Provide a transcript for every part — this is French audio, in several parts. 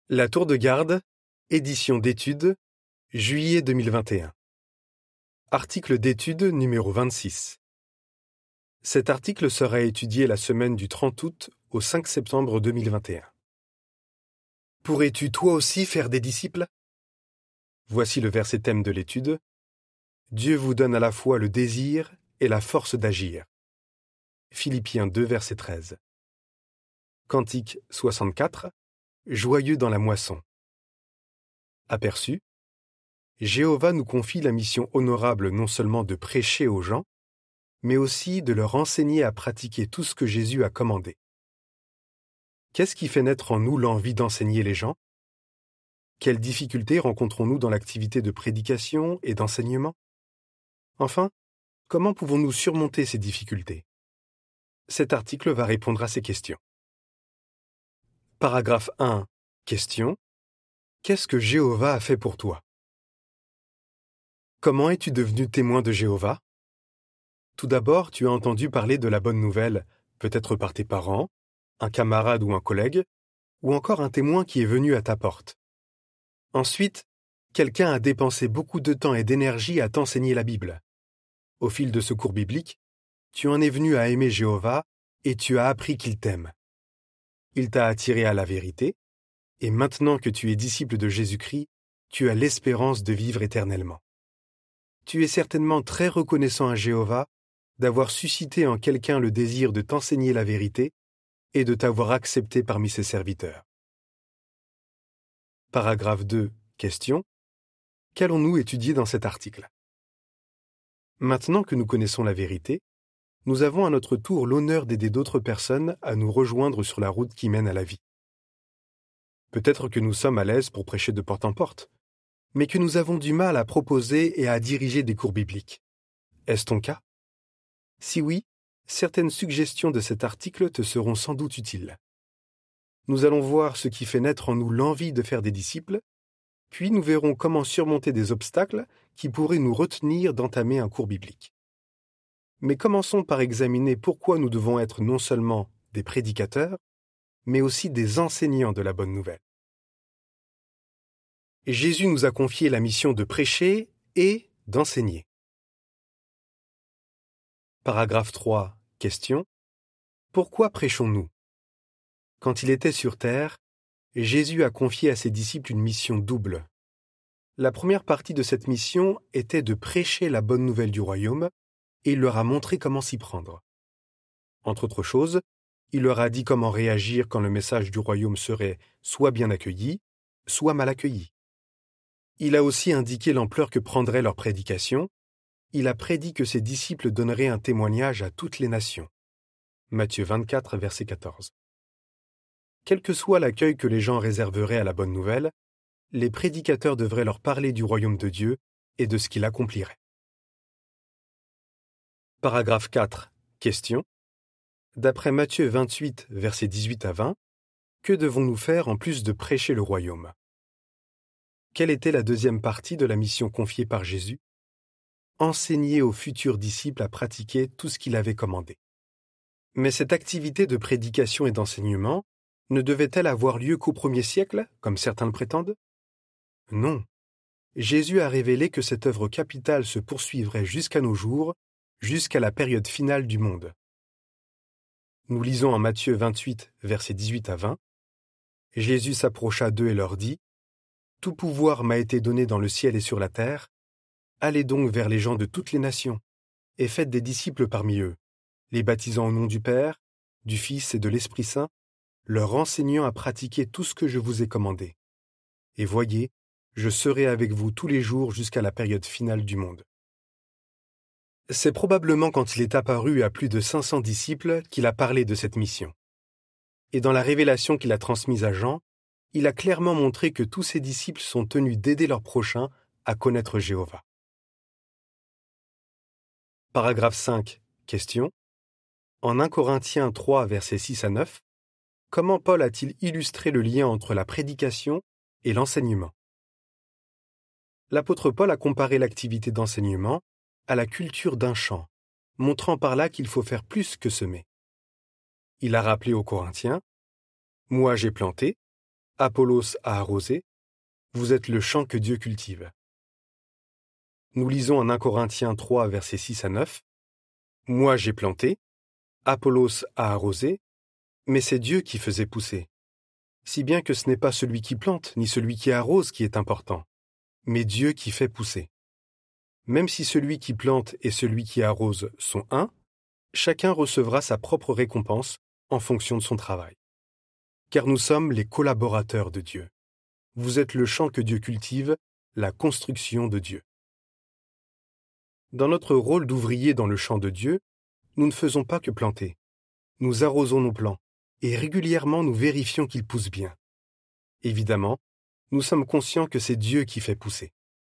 La Tour de Garde, édition d'études, juillet 2021. Article d'étude numéro 26. Cet article sera étudié la semaine du 30 août au 5 septembre 2021. Pourrais-tu toi aussi faire des disciples? Voici le verset thème de l'étude. Dieu vous donne à la fois le désir et la force d'agir. Philippiens 2, verset 13. Cantique 64. Joyeux dans la moisson. Aperçu. Jéhovah nous confie la mission honorable non seulement de prêcher aux gens, mais aussi de leur enseigner à pratiquer tout ce que Jésus a commandé. Qu'est-ce qui fait naître en nous l'envie d'enseigner les gens? Quelles difficultés rencontrons-nous dans l'activité de prédication et d'enseignement? Enfin, comment pouvons-nous surmonter ces difficultés? Cet article va répondre à ces questions. Paragraphe 1. Question. Qu'est-ce que Jéhovah a fait pour toi? Comment es-tu devenu témoin de Jéhovah? Tout d'abord, tu as entendu parler de la bonne nouvelle, peut-être par tes parents, un camarade ou un collègue, ou encore un témoin qui est venu à ta porte. Ensuite, quelqu'un a dépensé beaucoup de temps et d'énergie à t'enseigner la Bible. Au fil de ce cours biblique, tu en es venu à aimer Jéhovah et tu as appris qu'il t'aime. Il t'a attiré à la vérité, et maintenant que tu es disciple de Jésus-Christ, tu as l'espérance de vivre éternellement. Tu es certainement très reconnaissant à Jéhovah d'avoir suscité en quelqu'un le désir de t'enseigner la vérité et de t'avoir accepté parmi ses serviteurs. Paragraphe 2. Question. Qu'allons-nous étudier dans cet article? Maintenant que nous connaissons la vérité, nous avons à notre tour l'honneur d'aider d'autres personnes à nous rejoindre sur la route qui mène à la vie. Peut-être que nous sommes à l'aise pour prêcher de porte en porte, mais que nous avons du mal à proposer et à diriger des cours bibliques. Est-ce ton cas? Si oui, certaines suggestions de cet article te seront sans doute utiles. Nous allons voir ce qui fait naître en nous l'envie de faire des disciples, puis nous verrons comment surmonter des obstacles qui pourraient nous retenir d'entamer un cours biblique. Mais commençons par examiner pourquoi nous devons être non seulement des prédicateurs, mais aussi des enseignants de la bonne nouvelle. Jésus nous a confié la mission de prêcher et d'enseigner. Paragraphe 3. Question. Pourquoi prêchons-nous? Quand il était sur terre, Jésus a confié à ses disciples une mission double. La première partie de cette mission était de prêcher la bonne nouvelle du royaume, et il leur a montré comment s'y prendre. Entre autres choses, il leur a dit comment réagir quand le message du royaume serait soit bien accueilli, soit mal accueilli. Il a aussi indiqué l'ampleur que prendrait leur prédication. Il a prédit que ses disciples donneraient un témoignage à toutes les nations. Matthieu 24, verset 14. Quel que soit l'accueil que les gens réserveraient à la bonne nouvelle, les prédicateurs devraient leur parler du royaume de Dieu et de ce qu'il accomplirait. Paragraphe 4. Question. D'après Matthieu 28, versets 18 à 20, que devons-nous faire en plus de prêcher le royaume? Quelle était la deuxième partie de la mission confiée par Jésus? Enseigner aux futurs disciples à pratiquer tout ce qu'il avait commandé. Mais cette activité de prédication et d'enseignement ne devait-elle avoir lieu qu'au 1er siècle, comme certains le prétendent? Non. Jésus a révélé que cette œuvre capitale se poursuivrait jusqu'à nos jours, jusqu'à la période finale du monde. Nous lisons en Matthieu 28, versets 18 à 20. Jésus s'approcha d'eux et leur dit, « Tout pouvoir m'a été donné dans le ciel et sur la terre. Allez donc vers les gens de toutes les nations, et faites des disciples parmi eux, les baptisant au nom du Père, du Fils et de l'Esprit Saint, leur enseignant à pratiquer tout ce que je vous ai commandé. Et voyez, je serai avec vous tous les jours jusqu'à la période finale du monde. » C'est probablement quand il est apparu à plus de 500 disciples qu'il a parlé de cette mission. Et dans la révélation qu'il a transmise à Jean, il a clairement montré que tous ses disciples sont tenus d'aider leurs prochains à connaître Jéhovah. Paragraphe 5. Question. En 1 Corinthiens 3, versets 6 à 9, comment Paul a-t-il illustré le lien entre la prédication et l'enseignement? L'apôtre Paul a comparé l'activité d'enseignement à la culture d'un champ, montrant par là qu'il faut faire plus que semer. Il a rappelé aux Corinthiens, « Moi j'ai planté, Apollos a arrosé, vous êtes le champ que Dieu cultive. Nous lisons en 1 Corinthiens 3, versets 6 à 9. Moi j'ai planté, Apollos a arrosé, mais c'est Dieu qui faisait pousser. Si bien que ce n'est pas celui qui plante, ni celui qui arrose qui est important, mais Dieu qui fait pousser. Même si celui qui plante et celui qui arrose sont un, chacun recevra sa propre récompense en fonction de son travail. Car nous sommes les collaborateurs de Dieu. Vous êtes le champ que Dieu cultive, la construction de Dieu. Dans notre rôle d'ouvrier dans le champ de Dieu, nous ne faisons pas que planter. Nous arrosons nos plants et régulièrement nous vérifions qu'ils poussent bien. Évidemment, nous sommes conscients que c'est Dieu qui fait pousser.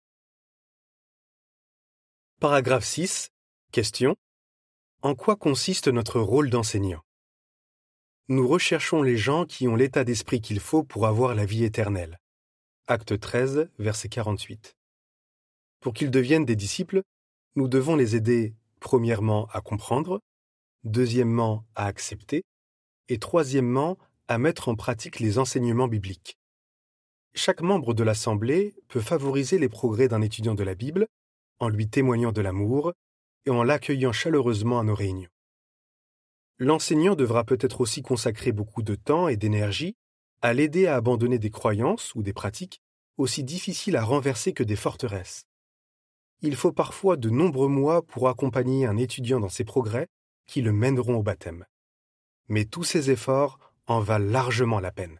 Paragraphe 6. Question. En quoi consiste notre rôle d'enseignant? Nous recherchons les gens qui ont l'état d'esprit qu'il faut pour avoir la vie éternelle. Acte 13, verset 48. Pour qu'ils deviennent des disciples, nous devons les aider, premièrement, à comprendre, deuxièmement, à accepter, et troisièmement, à mettre en pratique les enseignements bibliques. Chaque membre de l'Assemblée peut favoriser les progrès d'un étudiant de la Bible en lui témoignant de l'amour et en l'accueillant chaleureusement à nos réunions. L'enseignant devra peut-être aussi consacrer beaucoup de temps et d'énergie à l'aider à abandonner des croyances ou des pratiques aussi difficiles à renverser que des forteresses. Il faut parfois de nombreux mois pour accompagner un étudiant dans ses progrès qui le mèneront au baptême. Mais tous ces efforts en valent largement la peine.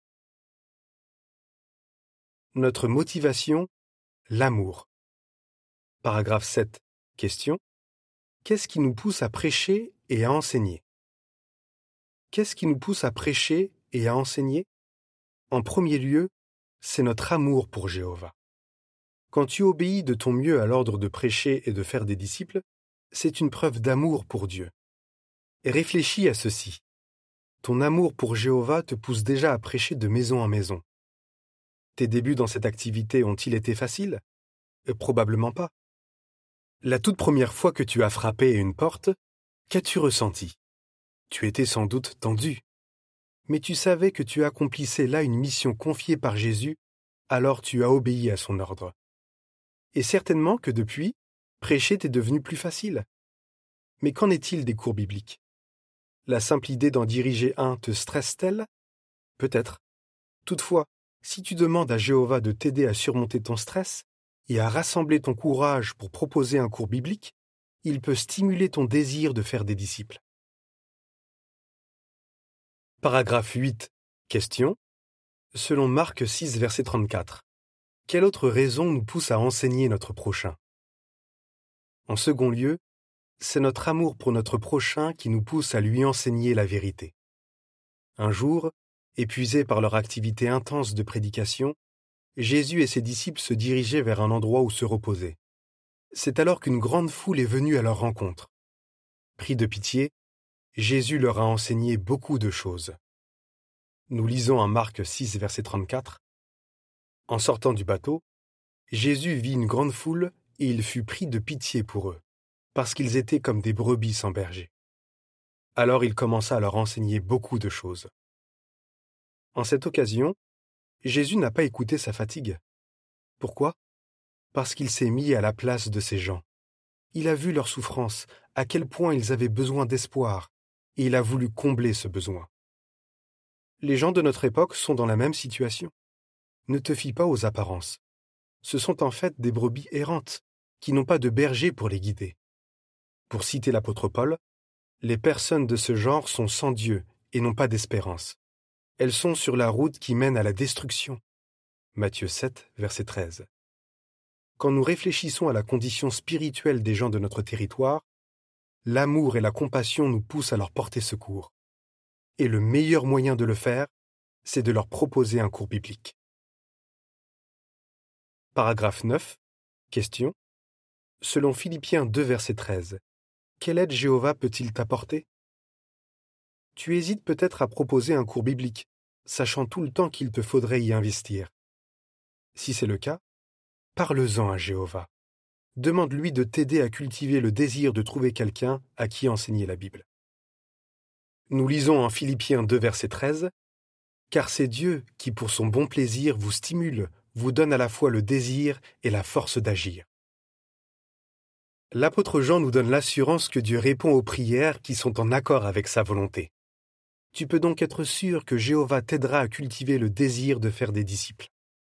Notre motivation, l'amour. Paragraphe 7. Question. Qu'est-ce qui nous pousse à prêcher et à enseigner? Qu'est-ce qui nous pousse à prêcher et à enseigner? En premier lieu, c'est notre amour pour Jéhovah. Quand tu obéis de ton mieux à l'ordre de prêcher et de faire des disciples, c'est une preuve d'amour pour Dieu. Et réfléchis à ceci. Ton amour pour Jéhovah te pousse déjà à prêcher de maison en maison. Tes débuts dans cette activité ont-ils été faciles? Probablement pas. La toute première fois que tu as frappé à une porte, qu'as-tu ressenti? Tu étais sans doute tendu. Mais tu savais que tu accomplissais là une mission confiée par Jésus, alors tu as obéi à son ordre. Et certainement que depuis, prêcher t'est devenu plus facile. Mais qu'en est-il des cours bibliques? La simple idée d'en diriger un te stresse-t-elle? Peut-être. Toutefois, si tu demandes à Jéhovah de t'aider à surmonter ton stress et à rassembler ton courage pour proposer un cours biblique, il peut stimuler ton désir de faire des disciples. Paragraphe 8. Question. Selon Marc 6, verset 34. Quelle autre raison nous pousse à enseigner notre prochain? En second lieu, c'est notre amour pour notre prochain qui nous pousse à lui enseigner la vérité. Un jour, épuisés par leur activité intense de prédication, Jésus et ses disciples se dirigeaient vers un endroit où se reposer. C'est alors qu'une grande foule est venue à leur rencontre. Pris de pitié, Jésus leur a enseigné beaucoup de choses. Nous lisons en Marc 6, verset 34. En sortant du bateau, Jésus vit une grande foule et il fut pris de pitié pour eux, parce qu'ils étaient comme des brebis sans berger. Alors il commença à leur enseigner beaucoup de choses. En cette occasion, Jésus n'a pas écouté sa fatigue. Pourquoi? Parce qu'il s'est mis à la place de ces gens. Il a vu leur souffrance, à quel point ils avaient besoin d'espoir, et il a voulu combler ce besoin. Les gens de notre époque sont dans la même situation. Ne te fie pas aux apparences. Ce sont en fait des brebis errantes, qui n'ont pas de berger pour les guider. Pour citer l'apôtre Paul, les personnes de ce genre sont sans Dieu et n'ont pas d'espérance. Elles sont sur la route qui mène à la destruction. Matthieu 7, verset 13. Quand nous réfléchissons à la condition spirituelle des gens de notre territoire, l'amour et la compassion nous poussent à leur porter secours. Et le meilleur moyen de le faire, c'est de leur proposer un cours biblique. Paragraphe 9. Question. Selon Philippiens 2, verset 13, quelle aide Jéhovah peut-il t'apporter? Tu hésites peut-être à proposer un cours biblique, sachant tout le temps qu'il te faudrait y investir. Si c'est le cas, parle-en à Jéhovah. Demande-lui de t'aider à cultiver le désir de trouver quelqu'un à qui enseigner la Bible. Nous lisons en Philippiens 2, verset 13, car c'est Dieu qui, pour son bon plaisir, vous stimule, vous donne à la fois le désir et la force d'agir. L'apôtre Jean nous donne l'assurance que Dieu répond aux prières qui sont en accord avec sa volonté. Tu peux donc être sûr que Jéhovah t'aidera à cultiver le désir de faire des disciples.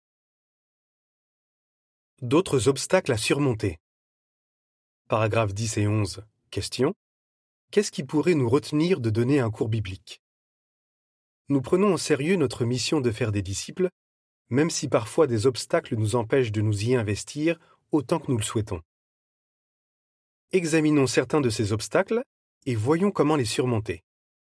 D'autres obstacles à surmonter. Paragraphes 10 et 11. Question. Qu'est-ce qui pourrait nous retenir de donner un cours biblique? Nous prenons au sérieux notre mission de faire des disciples, même si parfois des obstacles nous empêchent de nous y investir autant que nous le souhaitons. Examinons certains de ces obstacles et voyons comment les surmonter.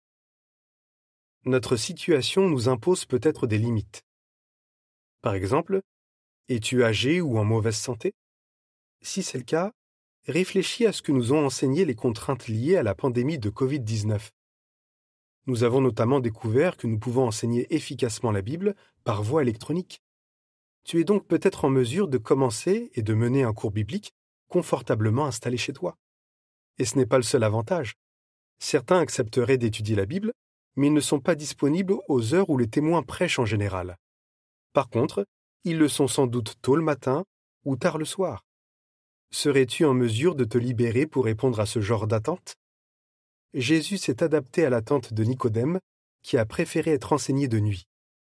Notre situation nous impose peut-être des limites. Par exemple, es-tu âgé ou en mauvaise santé? Si c'est le cas, réfléchis à ce que nous ont enseigné les contraintes liées à la pandémie de Covid-19. Nous avons notamment découvert que nous pouvons enseigner efficacement la Bible par voie électronique. Tu es donc peut-être en mesure de commencer et de mener un cours biblique confortablement installé chez toi. Et ce n'est pas le seul avantage. Certains accepteraient d'étudier la Bible, mais ils ne sont pas disponibles aux heures où les témoins prêchent en général. Par contre, ils le sont sans doute tôt le matin ou tard le soir. Serais-tu en mesure de te libérer pour répondre à ce genre d'attente? Jésus s'est adapté à l'attente de Nicodème, qui a préféré être enseigné de nuit.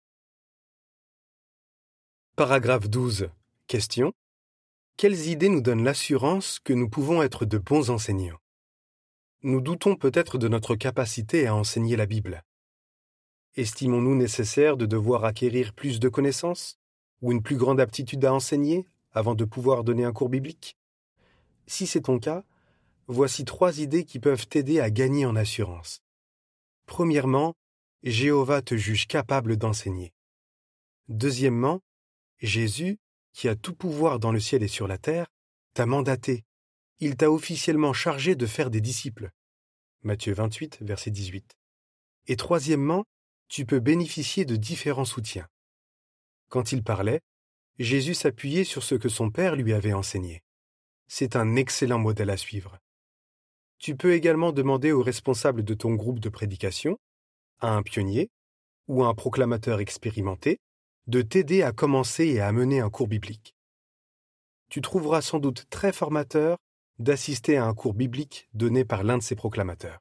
Paragraphe 12. Question. Quelles idées nous donnent l'assurance que nous pouvons être de bons enseignants? Nous doutons peut-être de notre capacité à enseigner la Bible. Estimons-nous nécessaire de devoir acquérir plus de connaissances ou une plus grande aptitude à enseigner avant de pouvoir donner un cours biblique? Si c'est ton cas, voici 3 idées qui peuvent t'aider à gagner en assurance. Premièrement, Jéhovah te juge capable d'enseigner. Deuxièmement, Jésus, qui a tout pouvoir dans le ciel et sur la terre, t'a mandaté. Il t'a officiellement chargé de faire des disciples. Matthieu 28, verset 18. Et troisièmement, tu peux bénéficier de différents soutiens. Quand il parlait, Jésus s'appuyait sur ce que son Père lui avait enseigné. C'est un excellent modèle à suivre. Tu peux également demander aux responsables de ton groupe de prédication, à un pionnier ou à un proclamateur expérimenté, de t'aider à commencer et à mener un cours biblique. Tu trouveras sans doute très formateur d'assister à un cours biblique donné par l'un de ces proclamateurs.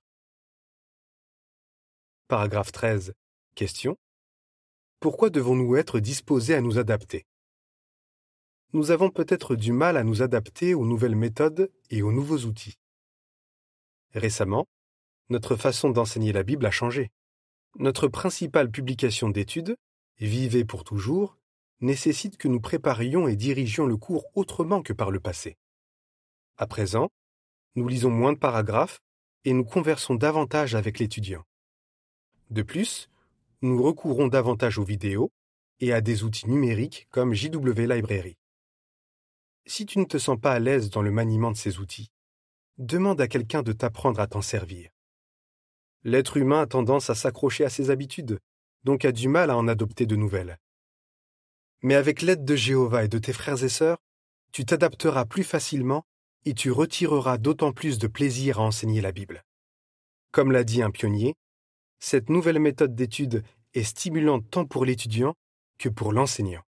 Paragraphe 13. Question. Pourquoi devons-nous être disposés à nous adapter? Nous avons peut-être du mal à nous adapter aux nouvelles méthodes et aux nouveaux outils. Récemment, notre façon d'enseigner la Bible a changé. Notre principale publication d'études, Vivez pour toujours, nécessite que nous préparions et dirigions le cours autrement que par le passé. À présent, nous lisons moins de paragraphes et nous conversons davantage avec l'étudiant. De plus, nous recourons davantage aux vidéos et à des outils numériques comme JW Library. Si tu ne te sens pas à l'aise dans le maniement de ces outils, demande à quelqu'un de t'apprendre à t'en servir. L'être humain a tendance à s'accrocher à ses habitudes, donc a du mal à en adopter de nouvelles. Mais avec l'aide de Jéhovah et de tes frères et sœurs, tu t'adapteras plus facilement et tu retireras d'autant plus de plaisir à enseigner la Bible. Comme l'a dit un pionnier, cette nouvelle méthode d'étude est stimulante tant pour l'étudiant que pour l'enseignant.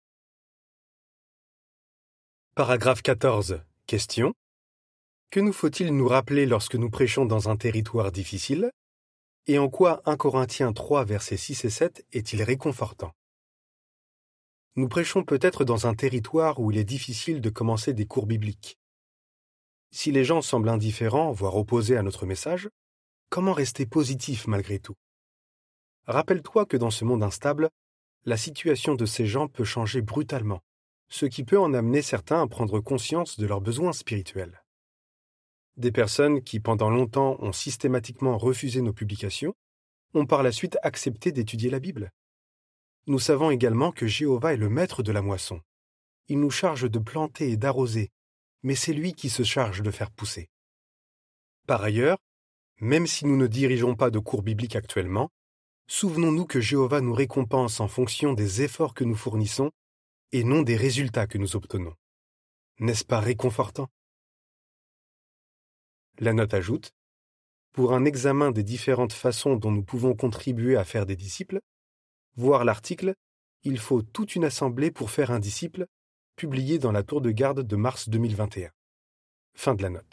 Paragraphe 14. Question. Que nous faut-il nous rappeler lorsque nous prêchons dans un territoire difficile? Et en quoi 1 Corinthiens 3, versets 6 et 7 est-il réconfortant? Nous prêchons peut-être dans un territoire où il est difficile de commencer des cours bibliques. Si les gens semblent indifférents, voire opposés à notre message, comment rester positif malgré tout? Rappelle-toi que dans ce monde instable, la situation de ces gens peut changer brutalement, ce qui peut en amener certains à prendre conscience de leurs besoins spirituels. Des personnes qui, pendant longtemps, ont systématiquement refusé nos publications, ont par la suite accepté d'étudier la Bible. Nous savons également que Jéhovah est le maître de la moisson. Il nous charge de planter et d'arroser, mais c'est lui qui se charge de faire pousser. Par ailleurs, même si nous ne dirigeons pas de cours bibliques actuellement, souvenons-nous que Jéhovah nous récompense en fonction des efforts que nous fournissons et non des résultats que nous obtenons. N'est-ce pas réconfortant? La note ajoute, pour un examen des différentes façons dont nous pouvons contribuer à faire des disciples, Voir l'article « Il faut toute une assemblée pour faire un disciple » publié dans la Tour de Garde de mars 2021. Fin de la note.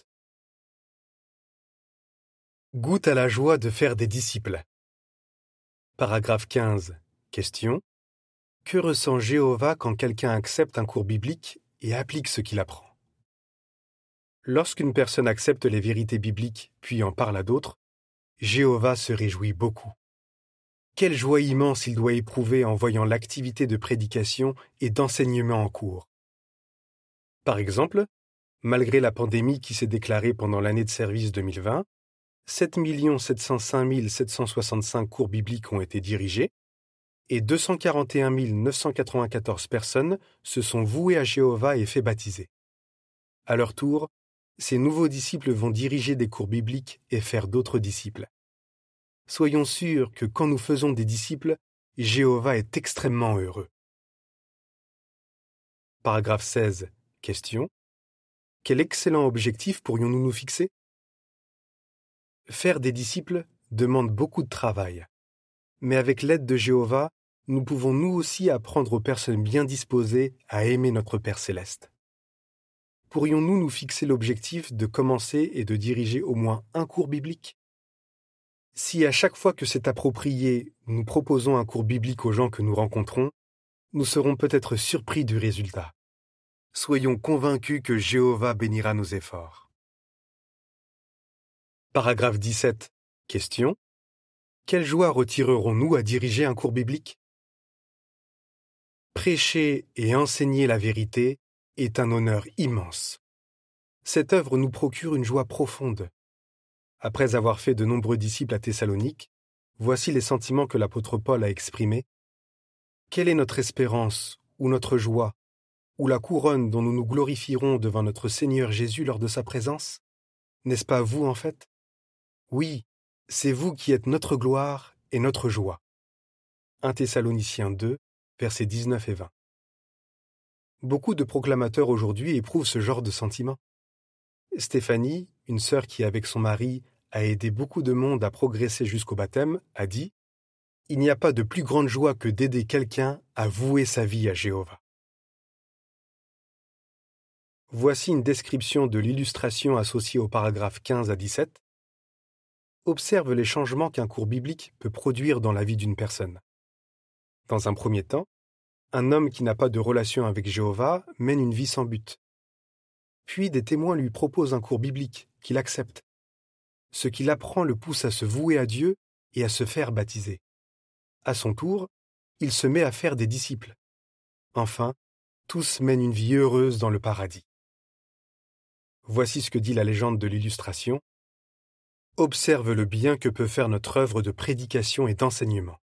Goûte à la joie de faire des disciples. Paragraphe 15. Question. Que ressent Jéhovah quand quelqu'un accepte un cours biblique et applique ce qu'il apprend? Lorsqu'une personne accepte les vérités bibliques puis en parle à d'autres, Jéhovah se réjouit beaucoup. Quelle joie immense il doit éprouver en voyant l'activité de prédication et d'enseignement en cours. Par exemple, malgré la pandémie qui s'est déclarée pendant l'année de service 2020, 7 705 765 cours bibliques ont été dirigés et 241 994 personnes se sont vouées à Jéhovah et fait baptiser. À leur tour, ces nouveaux disciples vont diriger des cours bibliques et faire d'autres disciples. Soyons sûrs que quand nous faisons des disciples, Jéhovah est extrêmement heureux. Paragraphe 16. Question. Quel excellent objectif pourrions-nous nous fixer? Faire des disciples demande beaucoup de travail. Mais avec l'aide de Jéhovah, nous pouvons nous aussi apprendre aux personnes bien disposées à aimer notre Père céleste. Pourrions-nous nous fixer l'objectif de commencer et de diriger au moins un cours biblique? Si à chaque fois que c'est approprié, nous proposons un cours biblique aux gens que nous rencontrons, nous serons peut-être surpris du résultat. Soyons convaincus que Jéhovah bénira nos efforts. Paragraphe 17. Question. Quelle joie retirerons-nous à diriger un cours biblique? Prêcher et enseigner la vérité est un honneur immense. Cette œuvre nous procure une joie profonde. Après avoir fait de nombreux disciples à Thessalonique, voici les sentiments que l'apôtre Paul a exprimés. Quelle est notre espérance ou notre joie ou la couronne dont nous nous glorifierons devant notre Seigneur Jésus lors de sa présence? N'est-ce pas vous en fait? Oui, c'est vous qui êtes notre gloire et notre joie. 1 Thessaloniciens 2, versets 19 et 20. Beaucoup de proclamateurs aujourd'hui éprouvent ce genre de sentiment. Stéphanie, une sœur qui, avec son mari, a aidé beaucoup de monde à progresser jusqu'au baptême, a dit « Il n'y a pas de plus grande joie que d'aider quelqu'un à vouer sa vie à Jéhovah. » Voici une description de l'illustration associée aux paragraphes 15 à 17. Observe les changements qu'un cours biblique peut produire dans la vie d'une personne. Dans un premier temps, un homme qui n'a pas de relation avec Jéhovah mène une vie sans but. Puis des témoins lui proposent un cours biblique qu'il accepte. Ce qu'il apprend le pousse à se vouer à Dieu et à se faire baptiser. À son tour, il se met à faire des disciples. Enfin, tous mènent une vie heureuse dans le paradis. Voici ce que dit la légende de l'illustration. Observe le bien que peut faire notre œuvre de prédication et d'enseignement.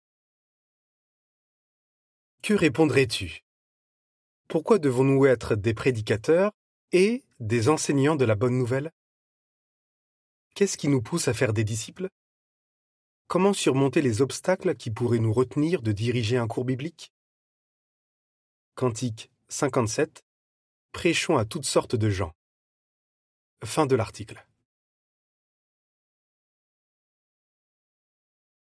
Que répondrais-tu? Pourquoi devons-nous être des prédicateurs et des enseignants de la bonne nouvelle? Qu'est-ce qui nous pousse à faire des disciples? Comment surmonter les obstacles qui pourraient nous retenir de diriger un cours biblique? Cantique 57. Prêchons à toutes sortes de gens. Fin de l'article.